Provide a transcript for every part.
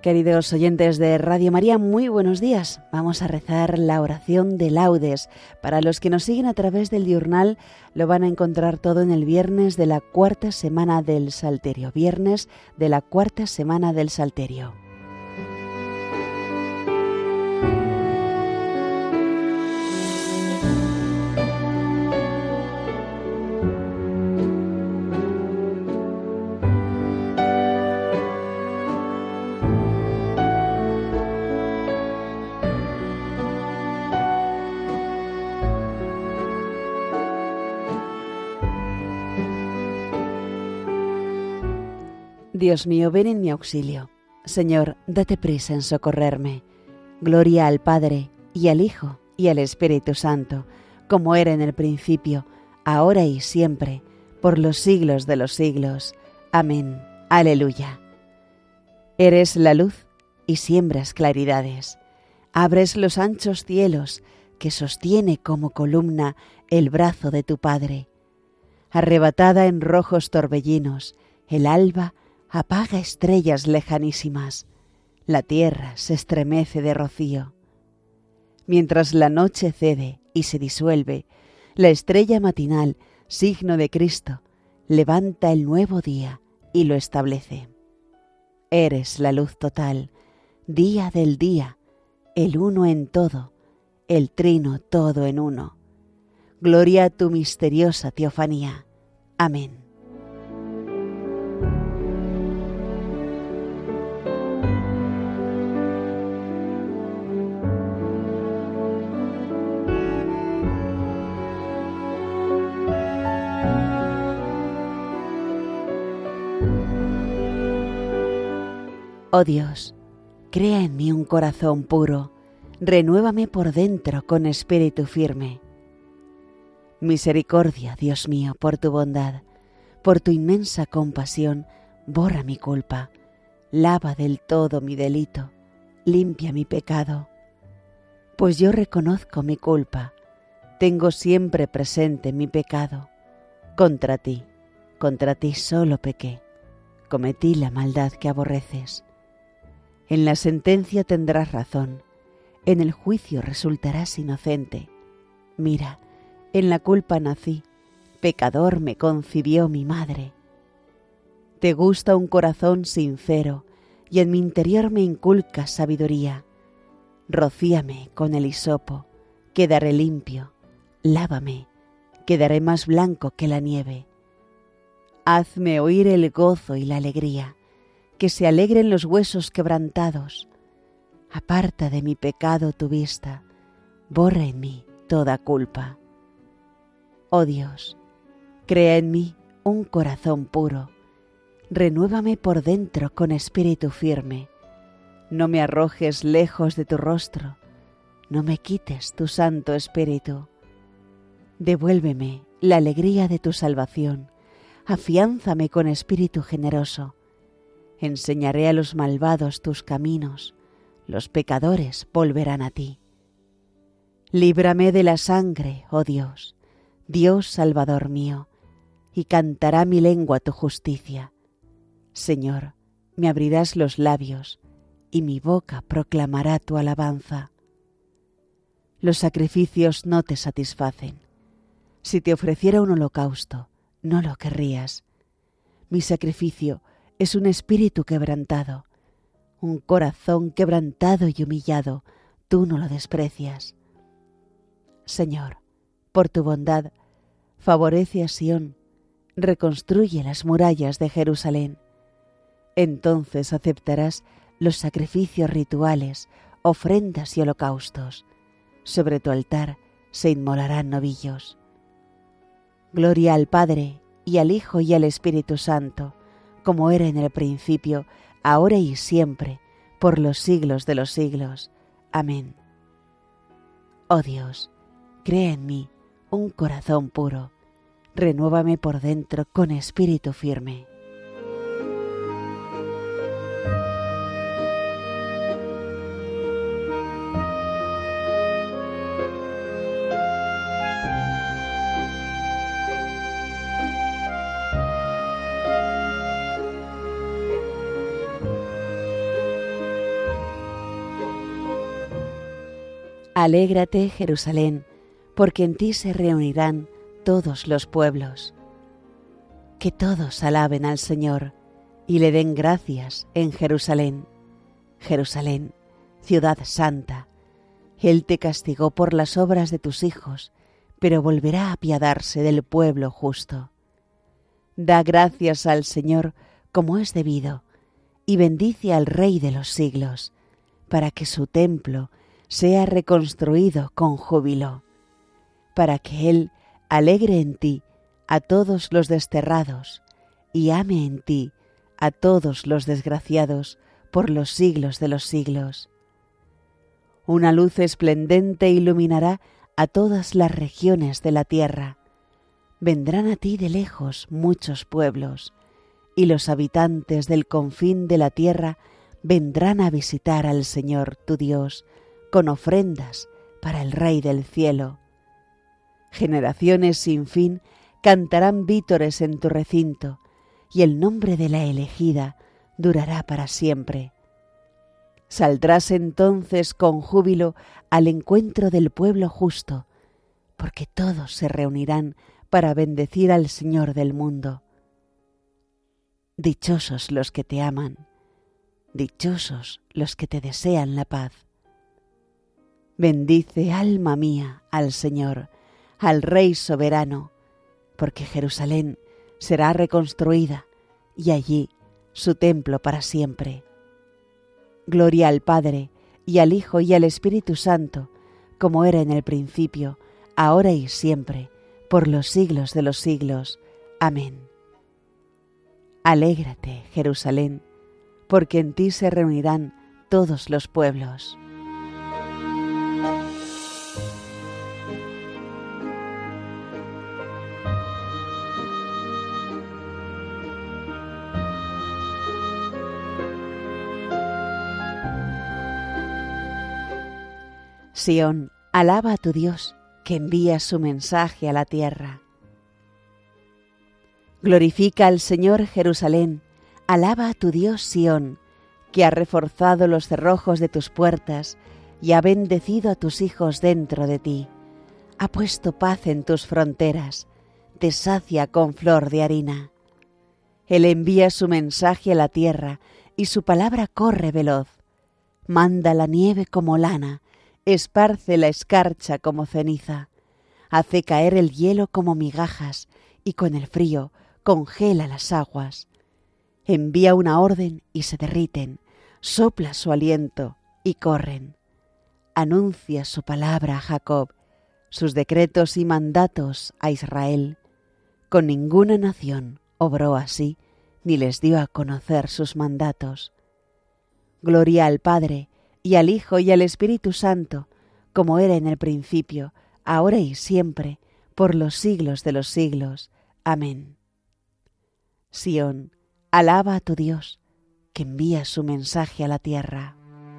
Queridos oyentes de Radio María, muy buenos días. Vamos a rezar la oración de laudes. Para los que nos siguen a través del diurnal, lo van a encontrar todo en el viernes de la cuarta semana del Salterio. Viernes de la cuarta semana del Salterio. Dios mío, ven en mi auxilio. Señor, date prisa en socorrerme. Gloria al Padre, y al Hijo, y al Espíritu Santo, como era en el principio, ahora y siempre, por los siglos de los siglos. Amén. Aleluya. Eres la luz y siembras claridades. Abres los anchos cielos que sostiene como columna el brazo de tu Padre. Arrebatada en rojos torbellinos, el alba apaga estrellas lejanísimas, la tierra se estremece de rocío. Mientras la noche cede y se disuelve, la estrella matinal, signo de Cristo, levanta el nuevo día y lo establece. Eres la luz total, día del día, el uno en todo, el trino todo en uno. Gloria a tu misteriosa teofanía. Amén. Oh Dios, crea en mí un corazón puro, renuévame por dentro con espíritu firme. Misericordia, Dios mío, por tu bondad, por tu inmensa compasión, borra mi culpa, lava del todo mi delito, limpia mi pecado. Pues yo reconozco mi culpa, tengo siempre presente mi pecado. Contra ti solo pequé, cometí la maldad que aborreces. En la sentencia tendrás razón, en el juicio resultarás inocente. Mira, en la culpa nací, pecador me concibió mi madre. Te gusta un corazón sincero, y en mi interior me inculcas sabiduría. Rocíame con el hisopo, quedaré limpio, lávame, quedaré más blanco que la nieve. Hazme oír el gozo y la alegría, que se alegren los huesos quebrantados. Aparta de mi pecado tu vista, borra en mí toda culpa. Oh Dios, crea en mí un corazón puro, renuévame por dentro con espíritu firme. No me arrojes lejos de tu rostro, no me quites tu santo espíritu. Devuélveme la alegría de tu salvación, afiánzame con espíritu generoso. Enseñaré a los malvados tus caminos, los pecadores volverán a ti. Líbrame de la sangre, oh Dios, Dios Salvador mío, y cantará mi lengua tu justicia. Señor, me abrirás los labios, y mi boca proclamará tu alabanza. Los sacrificios no te satisfacen. Si te ofreciera un holocausto, no lo querrías. Mi sacrificio es un espíritu quebrantado, un corazón quebrantado y humillado, tú no lo desprecias. Señor, por tu bondad, favorece a Sión, reconstruye las murallas de Jerusalén. Entonces aceptarás los sacrificios rituales, ofrendas y holocaustos. Sobre tu altar se inmolarán novillos. Gloria al Padre, y al Hijo, y al Espíritu Santo, como era en el principio, ahora y siempre, por los siglos de los siglos. Amén. Oh Dios, crea en mí un corazón puro, renuévame por dentro con espíritu firme. Alégrate, Jerusalén, porque en ti se reunirán todos los pueblos. Que todos alaben al Señor y le den gracias en Jerusalén. Jerusalén, ciudad santa, Él te castigó por las obras de tus hijos, pero volverá a apiadarse del pueblo justo. Da gracias al Señor como es debido, y bendice al Rey de los siglos, para que su templo sea reconstruido con júbilo, para que Él alegre en ti a todos los desterrados, y ame en ti a todos los desgraciados por los siglos de los siglos. Una luz esplendente iluminará a todas las regiones de la tierra. Vendrán a ti de lejos muchos pueblos, y los habitantes del confín de la tierra vendrán a visitar al Señor tu Dios con ofrendas para el Rey del cielo. Generaciones sin fin cantarán vítores en tu recinto, y el nombre de la elegida durará para siempre. Saldrás entonces con júbilo al encuentro del pueblo justo, porque todos se reunirán para bendecir al Señor del mundo. Dichosos los que te aman, dichosos los que te desean la paz. Bendice, alma mía, al Señor, al Rey soberano, porque Jerusalén será reconstruida y allí su templo para siempre. Gloria al Padre, y al Hijo, y al Espíritu Santo, como era en el principio, ahora y siempre, por los siglos de los siglos. Amén. Alégrate, Jerusalén, porque en ti se reunirán todos los pueblos. Sión, alaba a tu Dios, que envía su mensaje a la tierra. Glorifica al Señor, Jerusalén, alaba a tu Dios, Sión, que ha reforzado los cerrojos de tus puertas y ha bendecido a tus hijos dentro de ti. Ha puesto paz en tus fronteras, te sacia con flor de harina. Él envía su mensaje a la tierra y su palabra corre veloz. Manda la nieve como lana, esparce la escarcha como ceniza, hace caer el hielo como migajas y con el frío congela las aguas. Envía una orden y se derriten, sopla su aliento y corren. Anuncia su palabra a Jacob, sus decretos y mandatos a Israel. Con ninguna nación obró así, ni les dio a conocer sus mandatos. Gloria al Padre, y al Hijo, y al Espíritu Santo, como era en el principio, ahora y siempre, por los siglos de los siglos. Amén. Sión, alaba a tu Dios, que envía su mensaje a la tierra.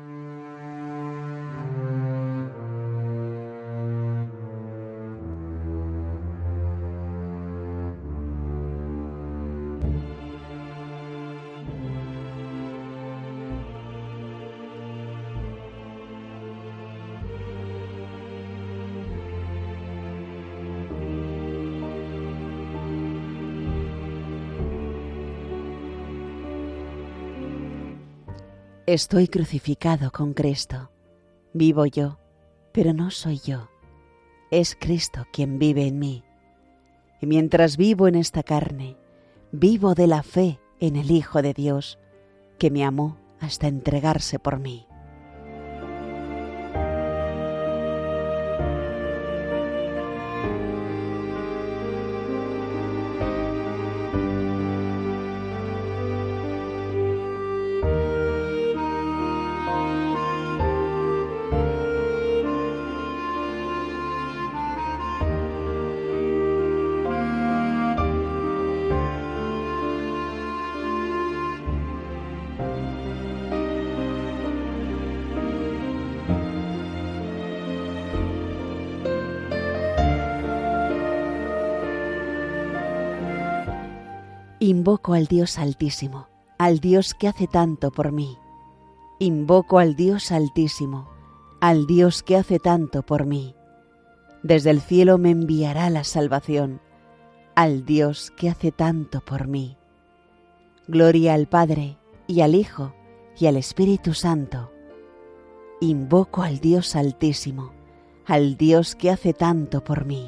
Estoy crucificado con Cristo. Vivo yo, pero no soy yo. Es Cristo quien vive en mí. Y mientras vivo en esta carne, vivo de la fe en el Hijo de Dios, que me amó hasta entregarse por mí. Invoco al Dios Altísimo, al Dios que hace tanto por mí. Invoco al Dios Altísimo, al Dios que hace tanto por mí. Desde el cielo me enviará la salvación, al Dios que hace tanto por mí. Gloria al Padre, y al Hijo, y al Espíritu Santo. Invoco al Dios Altísimo, al Dios que hace tanto por mí.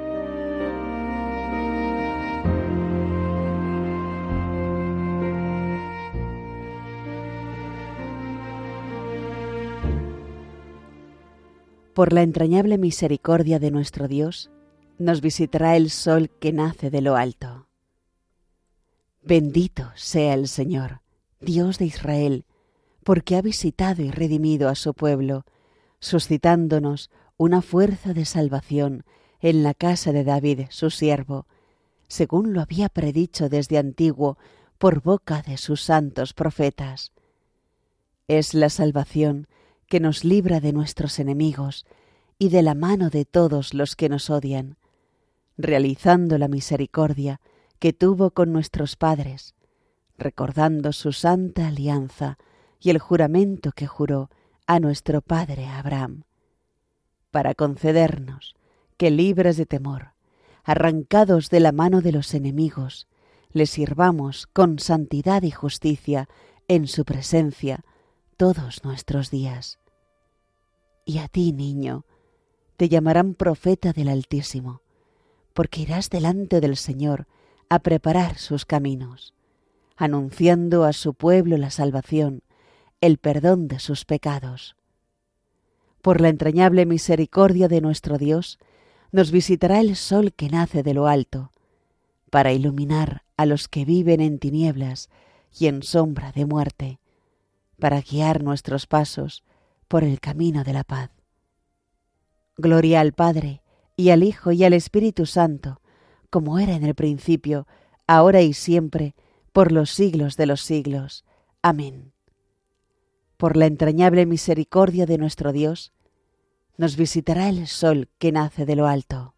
Por la entrañable misericordia de nuestro Dios, nos visitará el sol que nace de lo alto. Bendito sea el Señor, Dios de Israel, porque ha visitado y redimido a su pueblo, suscitándonos una fuerza de salvación en la casa de David, su siervo, según lo había predicho desde antiguo por boca de sus santos profetas. Es la salvación que nos libra de nuestros enemigos y de la mano de todos los que nos odian, realizando la misericordia que tuvo con nuestros padres, recordando su santa alianza y el juramento que juró a nuestro padre Abraham, para concedernos que, libres de temor, arrancados de la mano de los enemigos, le sirvamos con santidad y justicia en su presencia todos nuestros días. Y a ti, niño, te llamarán profeta del Altísimo, porque irás delante del Señor a preparar sus caminos, anunciando a su pueblo la salvación, el perdón de sus pecados. Por la entrañable misericordia de nuestro Dios, nos visitará el sol que nace de lo alto, para iluminar a los que viven en tinieblas y en sombra de muerte, para guiar nuestros pasos por el camino de la paz. Gloria al Padre, y al Hijo, y al Espíritu Santo, como era en el principio, ahora y siempre, por los siglos de los siglos. Amén. Por la entrañable misericordia de nuestro Dios, nos visitará el sol que nace de lo alto.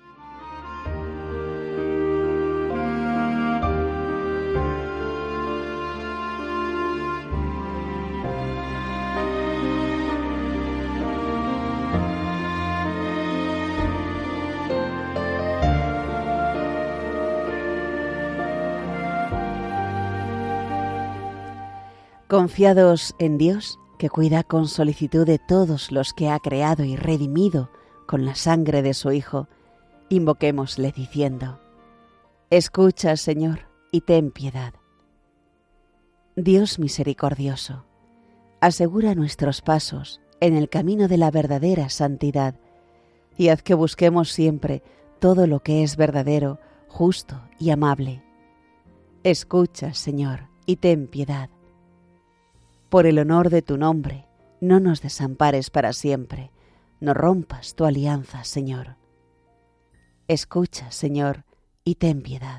Confiados en Dios, que cuida con solicitud de todos los que ha creado y redimido con la sangre de su Hijo, invoquémosle diciendo: Escucha, Señor, y ten piedad. Dios misericordioso, asegura nuestros pasos en el camino de la verdadera santidad y haz que busquemos siempre todo lo que es verdadero, justo y amable. Escucha, Señor, y ten piedad. Por el honor de tu nombre, no nos desampares para siempre, no rompas tu alianza, Señor. Escucha, Señor, y ten piedad.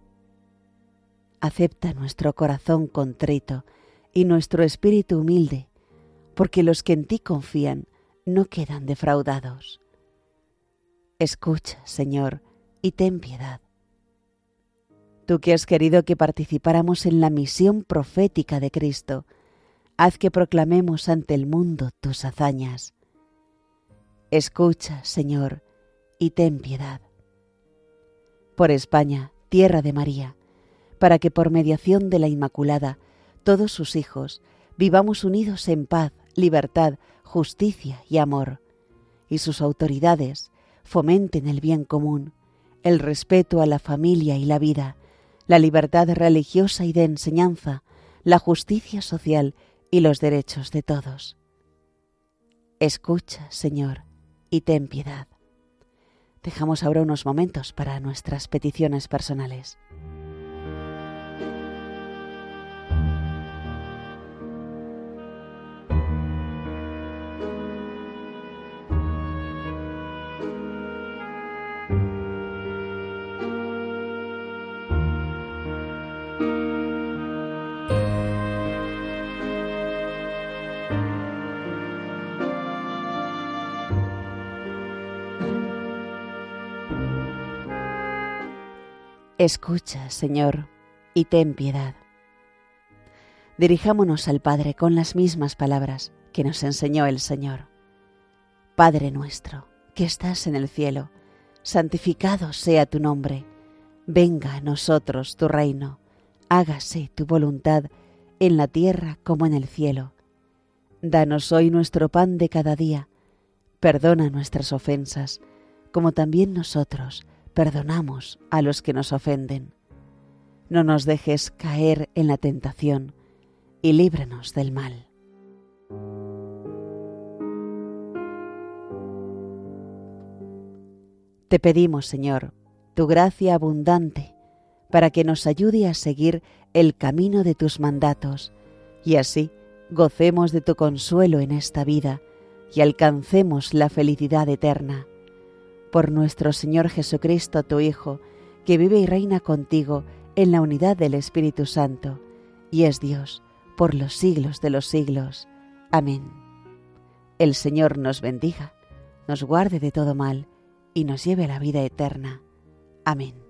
Acepta nuestro corazón contrito y nuestro espíritu humilde, porque los que en ti confían no quedan defraudados. Escucha, Señor, y ten piedad. Tú que has querido que participáramos en la misión profética de Cristo, haz que proclamemos ante el mundo tus hazañas. Escucha, Señor, y ten piedad. Por España, tierra de María, para que por mediación de la Inmaculada, todos sus hijos vivamos unidos en paz, libertad, justicia y amor, y sus autoridades fomenten el bien común, el respeto a la familia y la vida, la libertad religiosa y de enseñanza, la justicia social y los derechos de todos. Escucha, Señor, y ten piedad. Dejamos ahora unos momentos para nuestras peticiones personales. Escucha, Señor, y ten piedad. Dirijámonos al Padre con las mismas palabras que nos enseñó el Señor. Padre nuestro, que estás en el cielo, santificado sea tu nombre. Venga a nosotros tu reino. Hágase tu voluntad en la tierra como en el cielo. Danos hoy nuestro pan de cada día. Perdona nuestras ofensas, como también nosotros perdonamos a los que nos ofenden. No nos dejes caer en la tentación y líbranos del mal. Te pedimos, Señor, tu gracia abundante, para que nos ayude a seguir el camino de tus mandatos, y así gocemos de tu consuelo en esta vida y alcancemos la felicidad eterna. Por nuestro Señor Jesucristo, tu Hijo, que vive y reina contigo en la unidad del Espíritu Santo, y es Dios por los siglos de los siglos. Amén. El Señor nos bendiga, nos guarde de todo mal, y nos lleve a la vida eterna. Amén.